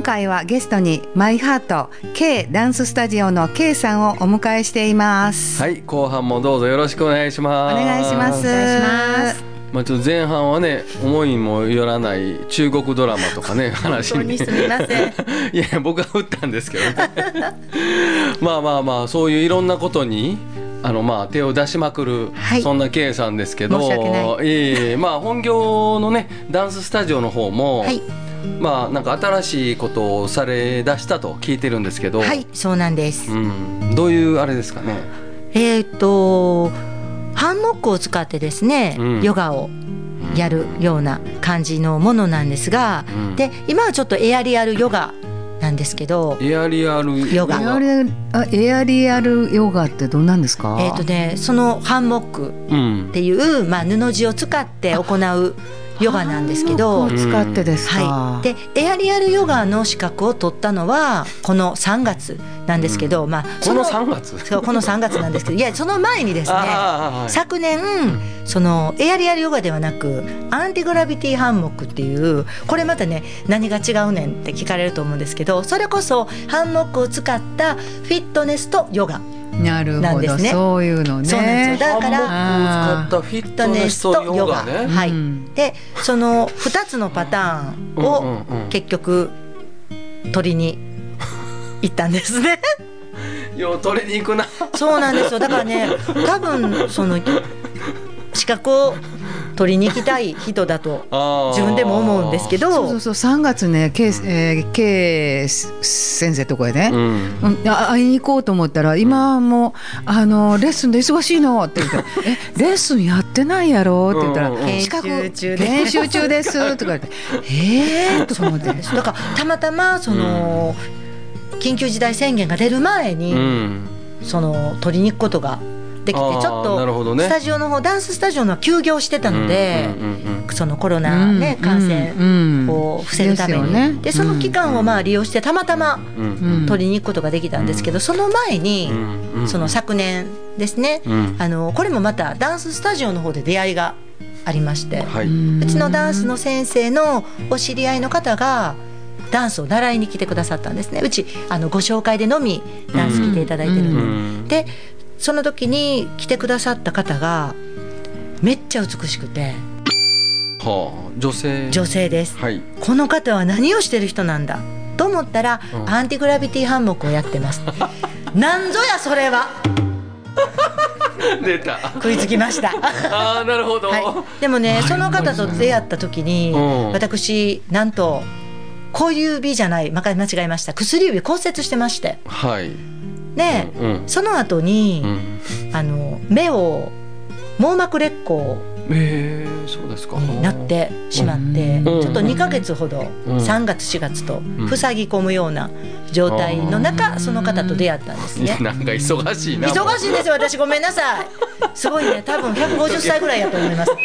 回はゲストにマイハート K ダンススタジオの K さんをお迎えしています。 はい、後半もどうぞよろしくお願いします。 お願いします。 まあ、ちょっと前半はね、思いもよらない中国ドラマとかね話に本当にすみませんいや僕が打ったんですけどねまあそういういろんなことにまあ手を出しまくる、はい、そんな K さんですけど、 申し訳ない。 まあ本業のねダンススタジオの方も、はい、まあなんか新しいことをされ出したと聞いてるんですけど、 はい、そうなんです、 どういうあれですかね。 ハンモックを使ってですね、ヨガをやるような感じのものなんですが、で今はちょっとエアリアルヨガなんですけど、 エアリアルヨガ、 エアリアルヨガってどうなんですか。 そのハンモックっていう、まあ、布地を使って行うヨガなんですけど、 使ってですか。 はい、でエアリアルヨガの資格を取ったのはこの3月なんですけど、まあこの3月そうこの3月なんですけど、いやその前にですね、昨年そのエアリアルヨガではなくアンティグラビティハンモックっていう、これまたね何が違うねんって聞かれると思うんですけど、それこそハンモックを使ったフィットネスとヨガなんですね。 そういうのね。 そうなんですよ。だからハンモックを使ったフィットネスとヨガね。 はい。でその2つのパターンを結局取りに行ったんですね。 よう取りに行くな。 そうなんですよ。だからね、多分その資格を取りに行きたい人だと自分でも思うんですけど、 そう3月ね、K 先生とこへね、会いに行こうと思ったら、今もレッスンで忙しいのって言ったらレッスンやってないやろって言ったら、資格研修中ですとか言ってとか思って、 だからたまたまその緊急事態宣言が出る前にその取りに行くことができて、ちょっとスタジオの方、ダンススタジオの休業してたので、そのコロナ、ね、感染を防ぐために、でその期間をまあ利用してたまたま取りに行くことができたんですけど、その前にその昨年ですね、これもまたダンススタジオの方で出会いがありまして、うちのダンスの先生のお知り合いの方がダンスを習いに来てくださったんですね。うちご紹介でのみダンス来ていただいてるので、その時に来てくださった方がめっちゃ美しくて、 女性です、 はい、 この方は何をしてる人なんだと思ったら、アンティグラビティハンモックをやってますなんぞやそれは出た食いつきましたなるほど、 はい、でもね、その方と出会った時に、私なんと小指じゃない、間違えました、薬指骨折してまして、 はい、 で、その後に、目を網膜裂孔そうですかになってしまって、ちょっと2ヶ月ほど、3月4月と塞ぎ込むような状態の中、その方と出会ったんですね。 なんか忙しいな。 忙しいんですよ、私。ごめんなさい。すごいね、多分150歳ぐらいやと思います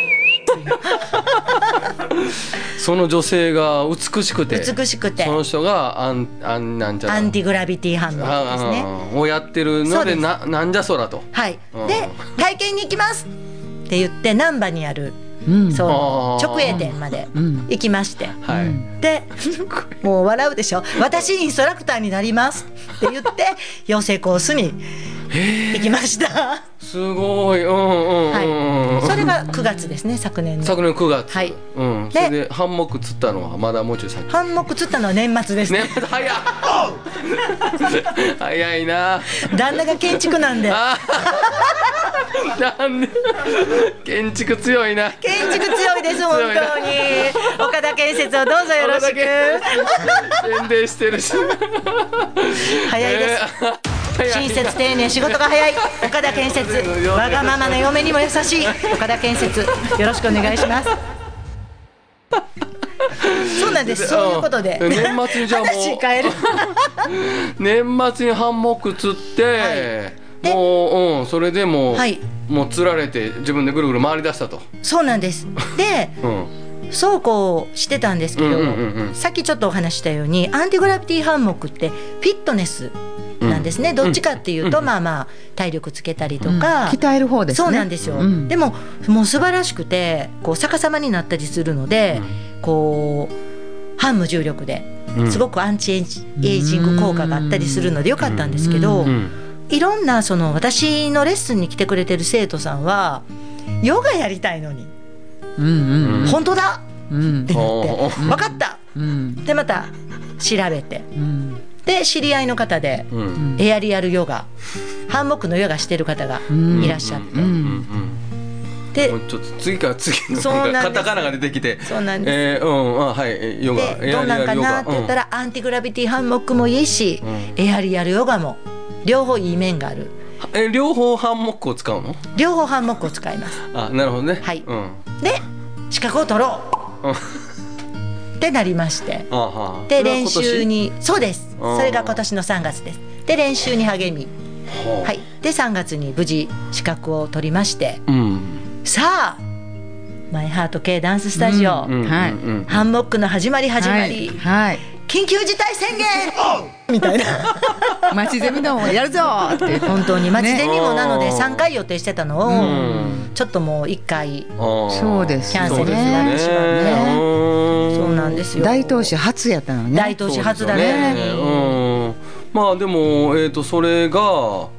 その女性が美しくて、その人がアンティグラビティハンモックですねをやってるので、なんじゃそらと、 はい、で体験に行きますって言って難波にある、そう直営店まで行きまして、でもう笑うでしょ、私インストラクターになりますって言って養成コースに行きましたすごい、 はい、それが9月ですね、昨年 9月、 はい、 それでハンモック釣ったのはまだもうちょい先。 ハンモック釣ったのは年末ですね。 年末早い早いな。 旦那が建築なんでなんで建築強いな。 建築強いです本当に。岡田建設をどうぞよろしく。 宣伝してるし早いです、親切丁寧、仕事が早い岡田建設、わがままな嫁にも優しい岡田建設、よろしくお願いしますそうなんです。そういうことで年末にじゃあもう話変える年末にハンモック釣って、もう、それでもう、もう釣られて自分でぐるぐる回り出したと。 そうなんです。で、そうこうしてたんですけど、さっきちょっとお話したようにアンティグラビティハンモックってフィットネスなんですね、どっちかっていうと、まあまあ体力つけたりとか、 鍛える方ですね。 そうなんですよ、でももう素晴らしくて、こう逆さまになったりするので、こう半無重力ですごくアンチエイジング効果があったりするのでよかったんですけど、いろんなその私のレッスンに来てくれてる生徒さんはヨガやりたいのに、本当だってなって分かった、でまた調べて、で知り合いの方でエアリアルヨガ、ハンモックのヨガしてる方がいらっしゃって、 でちょっと次から次のカタカナが出てきて、 そうなんです、 はい、ヨガでどんなんかなって言ったら、アンティグラビティハンモックもいいし、エアリアルヨガも両方いい面がある。 両方ハンモックを使うの？ 両方ハンモックを使います。 あ、なるほどね。 はい、で資格を取ろうってなりまして、で練習に、そうです、それが今年の3月です。で練習に励み、はい、で3月に無事資格を取りまして、さあマイハート系ダンススタジオ、ハンモックの始まり、緊急事態宣言みたいな町ゼミのやるぞって本当に町ゼミもなので3回予定してたのをちょっともう1回そうですキャンセルしてしまって、そうなんですよ。 大東市初やったのね。 大東市初だね。 まあでもそれがも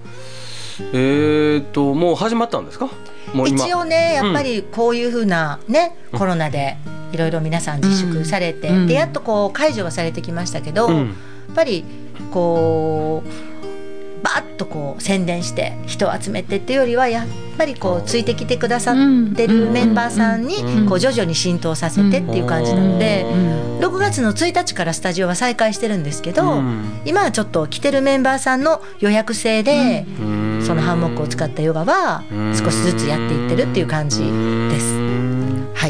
う始まったんですか？もう今一応ね、やっぱりこういう風なね、コロナでいろいろ皆さん自粛されて、でやっとこう解除はされてきましたけど、やっぱりこうバッとこう宣伝して人を集めてっていうよりは、やっぱりこうついてきてくださってるメンバーさんにこう徐々に浸透させてっていう感じなので、6月の1日からスタジオは再開してるんですけど、今はちょっと来てるメンバーさんの予約制でそのハンモックを使ったヨガは少しずつやっていってるっていう感じです。はい。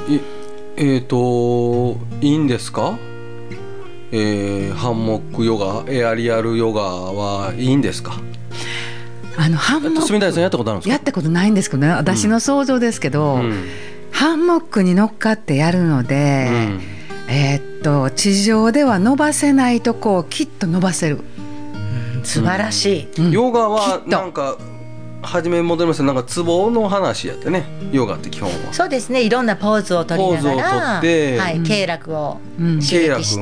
いいんですか？ハンモックヨガ、エアリアルヨガはいいんですか？ ハンモック住谷さんやったことあるんですか？ やったことないんですけどね、私の想像ですけど、ハンモックに乗っかってやるので、地上では伸ばせないとこをきっと伸ばせる。 素晴らしい。 ヨガはなんか初め戻りますけど、なんかツボの話やってね、ヨガって基本は。 そうですね、いろんなポーズを取りながら、経絡を刺激して、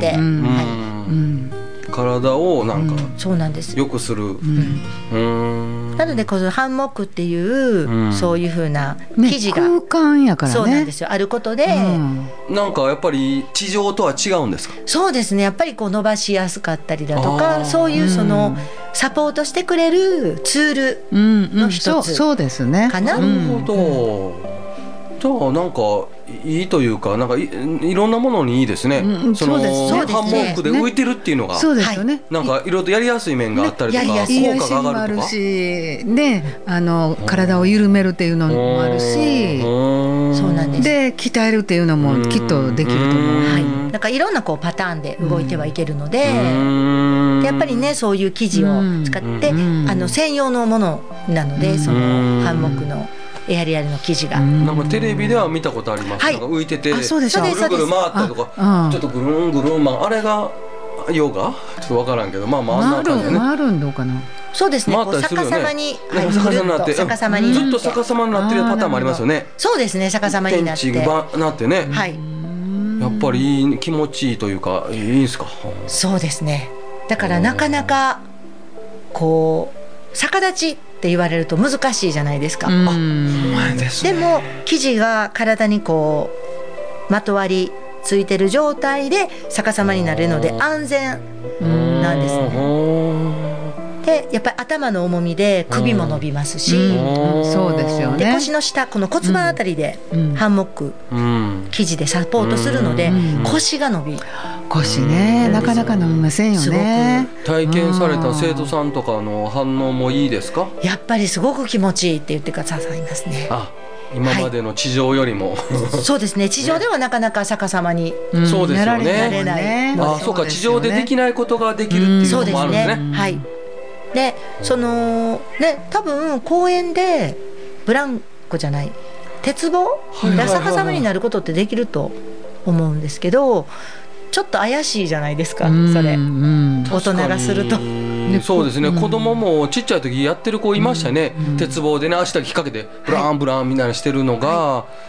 体をなんかそうなんですよくする。 なのでこのハンモックっていうそういう風な生地が空間やからね、 そうなんですよ、あることで、 なんかやっぱり地上とは違うんですか？ そうですね、やっぱりこう伸ばしやすかったりだとか、そういうそのサポートしてくれるツールの一つそうですねかな。 なるほど。じゃあなんかいいというか、なんか いろんなものにいいですね。そのハンモックで浮いてるっていうのが、 そうですよね。 なんかいろいろとやりやすい面があったりとか、効果が上がるとか、 しね、体を緩めるっていうのもあるし、 そうなんです。 で鍛えるっていうのもきっとできると思う。 だからいろんなこうパターンで動いてはいけるので、やっぱりね、そういう生地を使って専用のものなので、そのハンモックのエアリアルの生地がなんかテレビでは見たことあります。なんか浮いてて、ぐるぐる回ったりとか、ちょっとぐるんぐるん、あれがヨガちょっと分からんけど、まああんな感じでね。 回るんどうかな。 そうですね、逆さまに逆さまにずっと逆さまになってるパターンもありますよね。 そうですね、逆さまになって天地がなってね。 はい。 やっぱり気持ちいいというか、いいんですか？ そうですね。だからなかなかこう逆立ちって言われると難しいじゃないですか。でも生地が体にこうまとわりついてる状態で逆さまになるので安全なんですね。でやっぱり頭の重みで首も伸びますし、 そうですよね。 で腰の下、この骨盤あたりでハンモック生地でサポートするので腰が伸び、 腰ね、なかなか伸びませんよね。 体験された生徒さんとかの反応もいいですか？ やっぱりすごく気持ちいいって言ってくださいますね。 今までの地上よりも、 そうですね、地上ではなかなか逆さまにそうですよなれない。 そうか、地上でできないことができるっていうのもあるんですね。 はい。でそのね、多分公園でブランコじゃない鉄棒が逆さまになることってできると思うんですけど、ちょっと怪しいじゃないですか、それ大人がすると。 そうですね、子供もちっちゃい時やってる子いましたね。鉄棒でね、足だけ引っ掛けてブランブランみたいなしてるのが、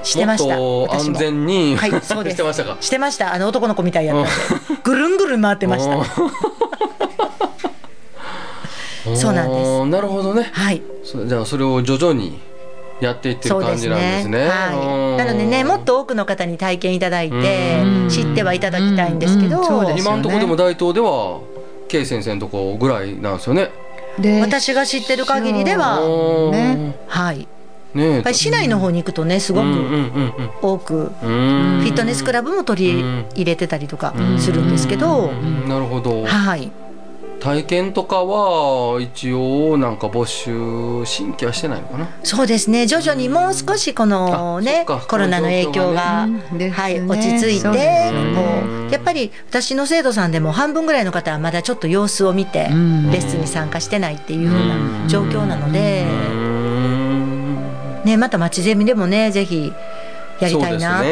してました。 もっと安全に、 はい、そうです。 してましたか。 してました。男の子みたいやったんでぐるんぐるん回ってました。そうなんです。 なるほどね。 はい。 じゃあそれを徐々にやっていってる感じなんですね。 はい。なのでね、もっと多くの方に体験いただいて知ってはいただきたいんですけど、 今のところでも大東では K 先生のところぐらいなんですよね。 で、私が知ってる限りではね、はい。やっぱり市内の方に行くとね、すごく多くフィットネスクラブも取り入れてたりとかするんですけど、 なるほど。 はい。 体験とかは一応なんか募集新規はしてないのかな。 そうですね、徐々にもう少しこのねコロナの影響が、はい、落ち着いて、こうやっぱり私の生徒さんでも半分ぐらいの方はまだちょっと様子を見てレッスンに参加してないっていう風な状況なので、ね、また町ゼミでもねぜひやりたいなって。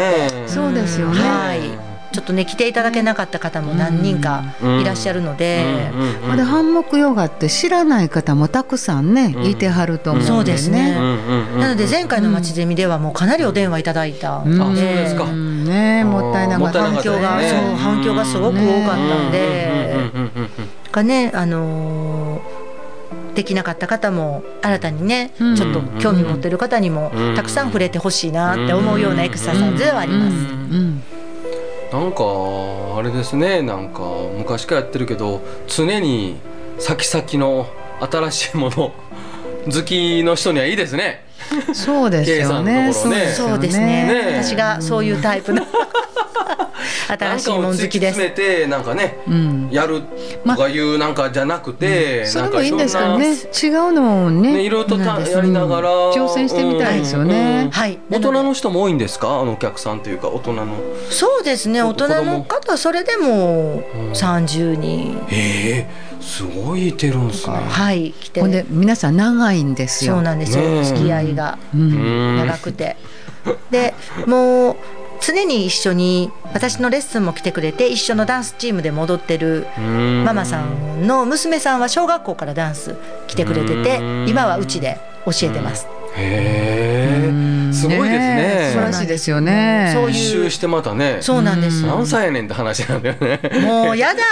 そうですよね。 はい。ちょっとね来ていただけなかった方も何人かいらっしゃるので、 でハンモックヨガって知らない方もたくさんねいてはると思うんですね。 そうですね。なので前回の町ゼミではもうかなりお電話いただいたので、 ね、もったいなかった。 反響がすごく多かったんで、がねできなかった方も新たにね、ちょっと興味持ってる方にもたくさん触れてほしいなって思うようなエクササイズではあります。 なんかあれですね、なんか昔からやってるけど常に先々の新しいもの好きの人にはいいですね。 そうですよね。 そうですね。私がそういうタイプの新しいもん好きです。 なんかを突き詰めてなんかね、やるとかいうなんかじゃなくて、 それもいいんですけどね、違うのをね、 いろいろとやりながら挑戦してみたいですよね。 はい。 大人の人も多いんですか、お客さんというか大人の。 そうですね、大人の方それでも30人。 すごいいてるんですね。 はい、来て。 ほんで皆さん長いんですよ。 そうなんですよ。付き合いが長くて、でもう常に一緒に私のレッスンも来てくれて一緒のダンスチームで戻ってるママさんの娘さんは小学校からダンス来てくれてて、今はうちで教えてます。 すごいですね。 素晴らしいですよね。 そういう一周してまたね。 そうなんです。 何歳やねんって話なんだよね。 もうやだ。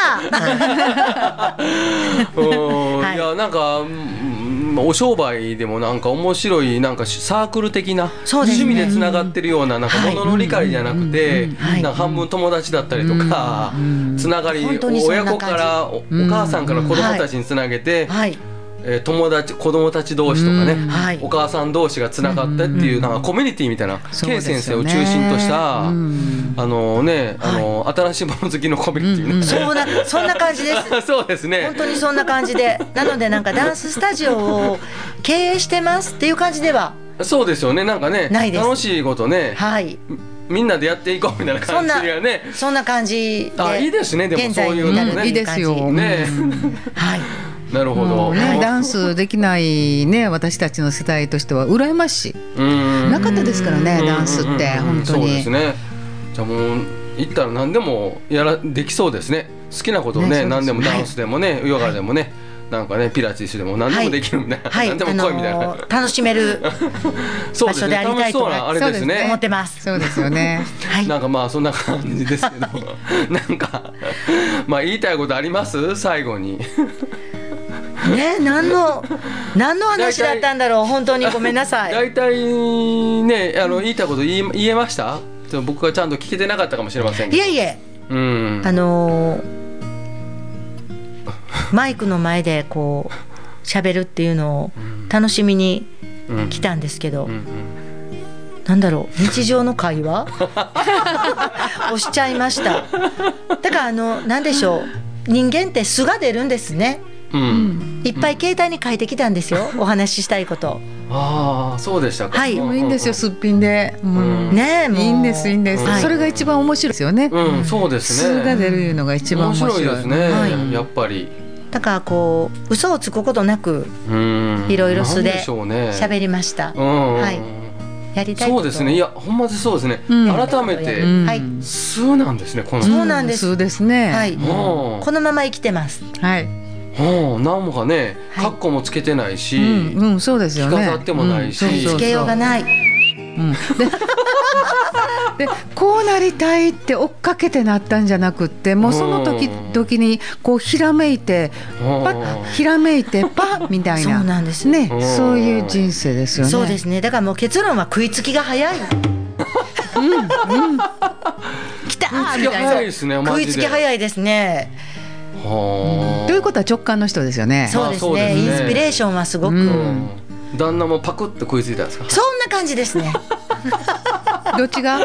いやなんかお商売でもなんか面白いなんかサークル的な趣味でつながってるようななんか物の理解じゃなくて、なんか半分友達だったりとかつながり、親子からお母さんから子供たちにつなげて。友達子供たち同士とかね、お母さん同士がつながってっていうなんかコミュニティみたいな K 先生を中心とした新しいもの好きのコミュニティね。 そんな感じです。 そうですね。 本当にそんな感じで、なのでなんかダンススタジオを経営してますっていう感じではそうですよね。なんかね楽しいことね、みんなでやっていこうみたいな感じがね。 そんな感じで。 いいですね。でもそういうのね。 いいですよね。 はい。 なるほど、 ダンスできないね私たちの世代としては羨ましい。なかったですからねダンスって本当に。 そうですね。じゃあもう行ったら何でもできそうですね。好きなことをね何でもダンスでもねヨガでもねなんかねピラティスでも何でもできるみたいな、何でも来いみたいな、 楽しめる場所でありたいと思ってます。 そうですよね。 なんかまあそんな感じですけどなんかまあ言いたいことあります最後に。 ね、何の話だったんだろう。本当にごめんなさい。 大体ね言いたいこと言えました？僕がちゃんと聞けてなかったかもしれませんけど。 いえ、マイクの前でこう喋るっていうのを楽しみに来たんですけど、なんだろう、日常の会話をしちゃいました。だからなんでしょう、人間って素が出るんですね。いっぱい携帯に書いてきたんですよ、お話ししたいこと。 そうでしたか。 はい、もういいんですよ、すっぴんで。 ね、 いいんです、いいんです。それが一番面白いですよね。 そうですね。 素が出るいうのが一番面白いですね。やっぱり。 だからこう嘘をつくことなくいろいろ素で喋りました。はい。やりたいこと。 そうですね。いやほんまにそうですね。改めて素なんですね。このそうなんです。 素ですね。 はい。このまま生きてます。 はい。 何もかね、カッコもつけてないし、 そうですよね。 着飾ってもないし、 つけようがない。 でこうなりたいって追っかけてなったんじゃなくって、もうその時々にこうひらめいてパッひらめいてパッみたいな、 そうなんですね、そういう人生ですよね。 そうですね。だからもう結論は食いつきが早い。来たーみたいな。食いつき早いですね。 ということは直感の人ですよね。 そうですね。インスピレーションはすごく、 旦那もパクッと食いついたんですか。 そんな感じですね。 どっちが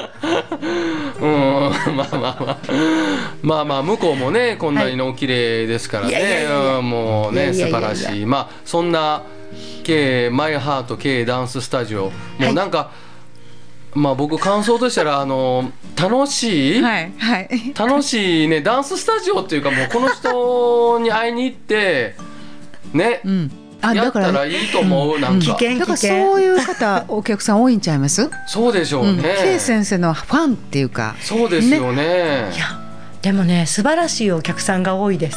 まあ向こうもねこんなにお綺麗ですからね、もうね素晴らしい。まあそんな K マイハート K ダンススタジオ、もうなんか、まあ僕感想としたら楽しい、楽しいねダンススタジオっていうか、もうこの人に会いに行ってね、やったらいいと思う。なんかだからそういう方お客さん多いんちゃいます？ そうでしょうね。 K 先生のファンっていうか。 そうですよね。 いやでもね素晴らしいお客さんが多いです。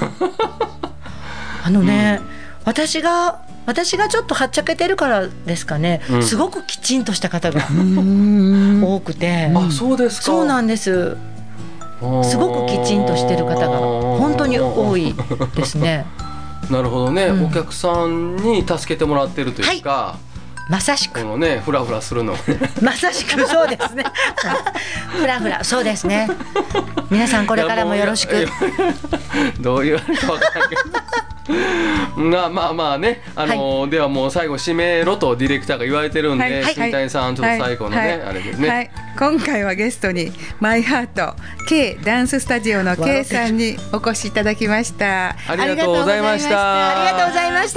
私がちょっとはっちゃけてるからですかね、すごくきちんとした方が多くて。 あ、そうですか。 そうなんです。すごくきちんとしてる方が本当に多いですね。 なるほどね、お客さんに助けてもらってるというか、 まさしくこのねフラフラするのまさしくそうですね。フラフラそうですね。皆さんこれからもよろしく。 どういうか分からんけどまあね、ではもう最後締めろとディレクターが言われてるんで、住谷さんちょっと最後のね、あれですね、 今回はゲストにマイハート K ダンススタジオの K さんにお越しいただきました。 ありがとうございました。 ありがとうございました。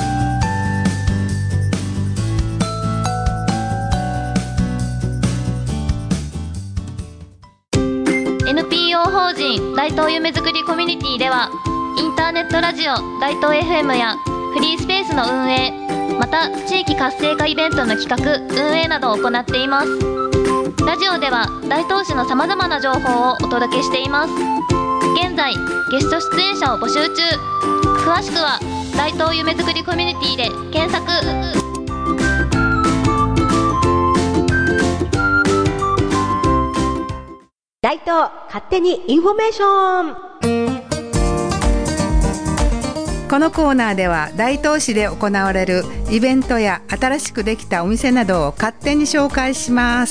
NPO 法人大東夢づくりコミュニティではインターネットラジオ大東 FM やフリースペースの運営、また地域活性化イベントの企画・運営などを行っています。ラジオでは大東市のさまざまな情報をお届けしています。現在ゲスト出演者を募集中。詳しくは大東夢づくりコミュニティで検索。 大東勝手にインフォメーション。 このコーナーでは大東市で行われるイベントや新しくできたお店などを勝手に紹介します。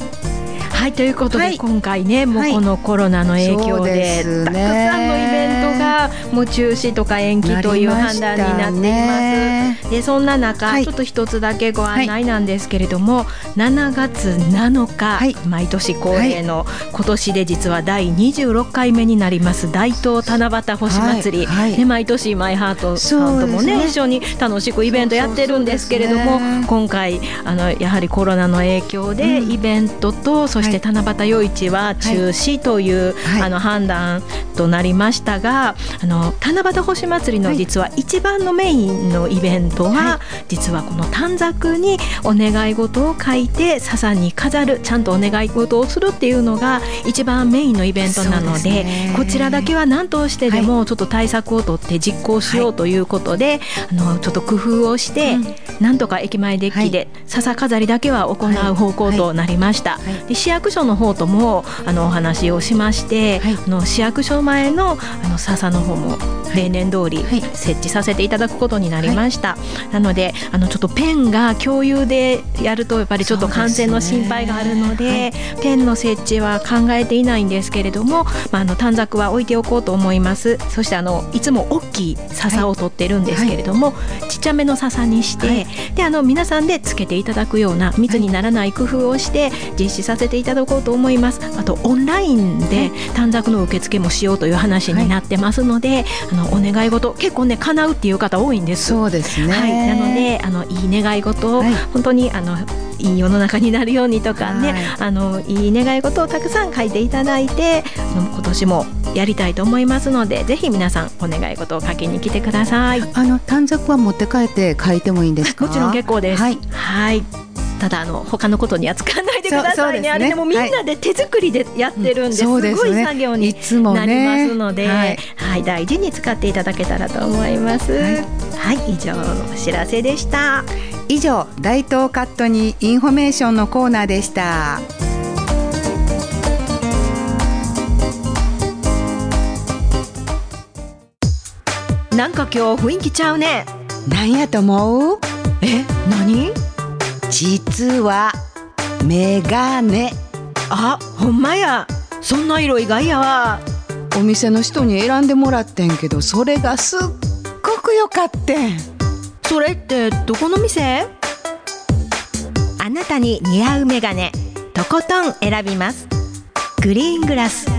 はい、ということで、今回ねもうこのコロナの影響で、たくさんのイベントがもう中止とか延期という判断になっています。でそんな中、ちょっと一つだけご案内なんですけれども、7月7日、毎年恒例の、今年で実は第26回目になります大東七夕星祭り、で毎年マイハートさんともね一緒に楽しくイベントやってるんですけれども、今回やはりコロナの影響でイベントと、そして七夕夜市は中止という、判断となりましたが、七夕星祭りの実は一番のメインのイベントは、実はこの短冊にお願い事を書いて笹に飾る、ちゃんとお願い事をするっていうのが一番メインのイベントなので、こちらだけは何としてでもちょっと対策を取って実行しようということで、ちょっと工夫をして、なんとか駅前デッキで笹飾りだけは行う方向となりました。で市役所の方ともお話をしまして、市役所前の笹の方も例年通り設置させていただくことになりました。なのでちょっとペンが共有でやるとやっぱりちょっと感染の心配があるので、ペンの設置は考えていないんですけれども、短冊は置いておこうと思います。そしていつも大きい笹を取ってるんですけれども、ちっちゃめの笹にして、で皆さんでつけていただくような密にならない工夫をして実施させていただこうと思います。あとオンラインで短冊の受付もしようという話になってますので、お願い事結構ね叶うっていう方多いんです。 そうですね、 なのでいい願い事を、本当にいい世の中になるようにとかね、いい願い事をたくさん書いていただいて、今年もやりたいと思いますので、ぜひ皆さんお願い事を書きに来てください。 短冊は持って帰って書いてもいいんですか？ もちろん結構です。ただ他のことには使わないでくださいね。あれでもみんなで手作りでやってるんで、すごい作業になりますので、大事に使っていただけたらと思います。以上のお知らせでした。 以上、大東カットにインフォメーションのコーナーでした。 なんか今日雰囲気ちゃうね。 なんやと思う？ 何？ 実はメガネ。 あ、ほんまや。そんな色意外やわ。 お店の人に選んでもらってんけど、それがすっごくよかってん。 それってどこの店？ あなたに似合うメガネ、とことん選びます。グリーングラス。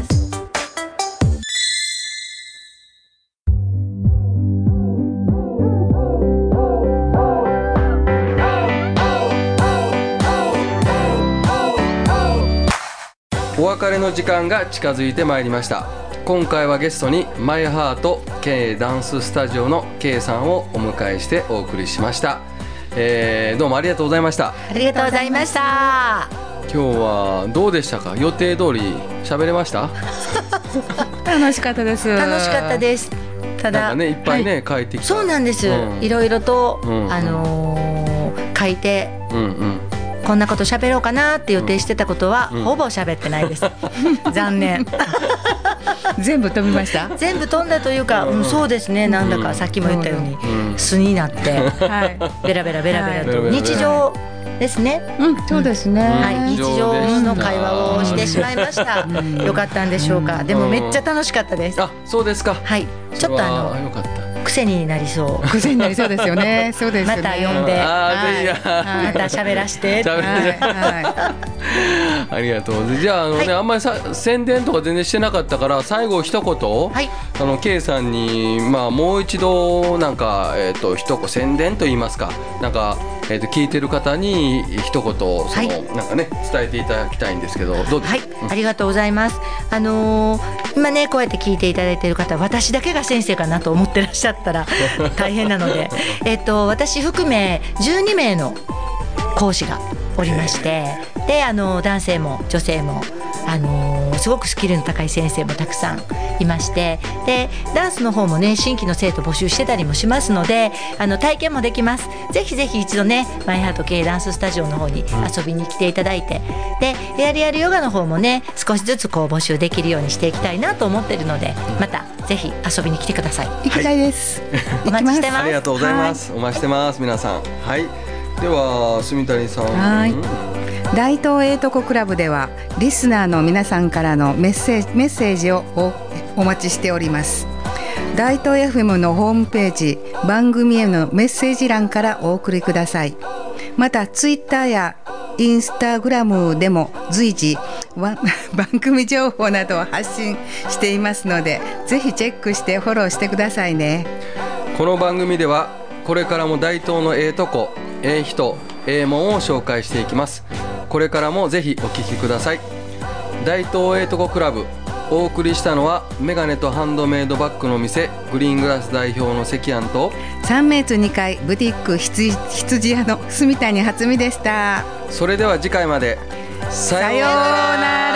お別れの時間が近づいてまいりました。今回はゲストにマイハート K ダンススタジオの K さんをお迎えしてお送りしました。どうもありがとうございました。 ありがとうございました。 今日はどうでしたか？予定通り喋れました？ 楽しかったです。 楽しかったです。ただなんかね、いっぱいね、書いてきた。 そうなんです、いろいろと、書いて、こんなこと喋ろうかなって予定してたことは、ほぼ喋ってないです。残念。 全部飛びました？ 全部飛んだというか、そうですね。なんだかさっきも言ったように、素になって、ベラベラベラベラと日常ですね。 そうですね。 日常の会話をしてしまいました。よかったんでしょうか。でもめっちゃ楽しかったです。 あ、そうですか。 はい。ちょっとよかった。癖になりそう。 癖になりそうですよね。そうですね。 また呼んで、また喋らして。 ありがとう。じゃああんまり宣伝とか全然してなかったから、最後一言、K さんにもう一度なんか一言宣伝と言いますか、なんか聞いてる方に一言なんかね伝えていただきたいんですけど、どうですか？ ありがとうございます。今ねこうやって聞いていただいている方、私だけが先生かなと思ってらっしゃったら大変なので、私含め12名の講師がおりまして、で男性も女性もすごくスキルの高い先生もたくさんいまして、でダンスの方もね新規の生徒募集してたりもしますので、体験もできます。ぜひぜひ一度ねマイハート系ダンススタジオの方に遊びに来ていただいて、でエアリアルヨガの方もね少しずつ募集できるようにしていきたいなと思っているので、またぜひ遊びに来てください。 行きたいです。 お待ちしてます。 ありがとうございます。お待ちしてます皆さん。はい。では住谷さん。 大東英徳クラブではリスナーの皆さんからのメッセージを お待ちしております。大東 FM のホームページ番組へのメッセージ欄からお送りください。またツイッターやインスタグラムでも随時番組情報などを発信していますので、ぜひチェックしてフォローしてくださいね。 この番組ではこれからも大東のとこ人もんを紹介していきます。これからもぜひお聞きください。大東とこクラブ、お送りしたのはメガネとハンドメイドバッグの店グリーングラス代表の関庵と 3メートル2階ブティック羊屋の住谷初美でした。 それでは次回まで。 さようなら。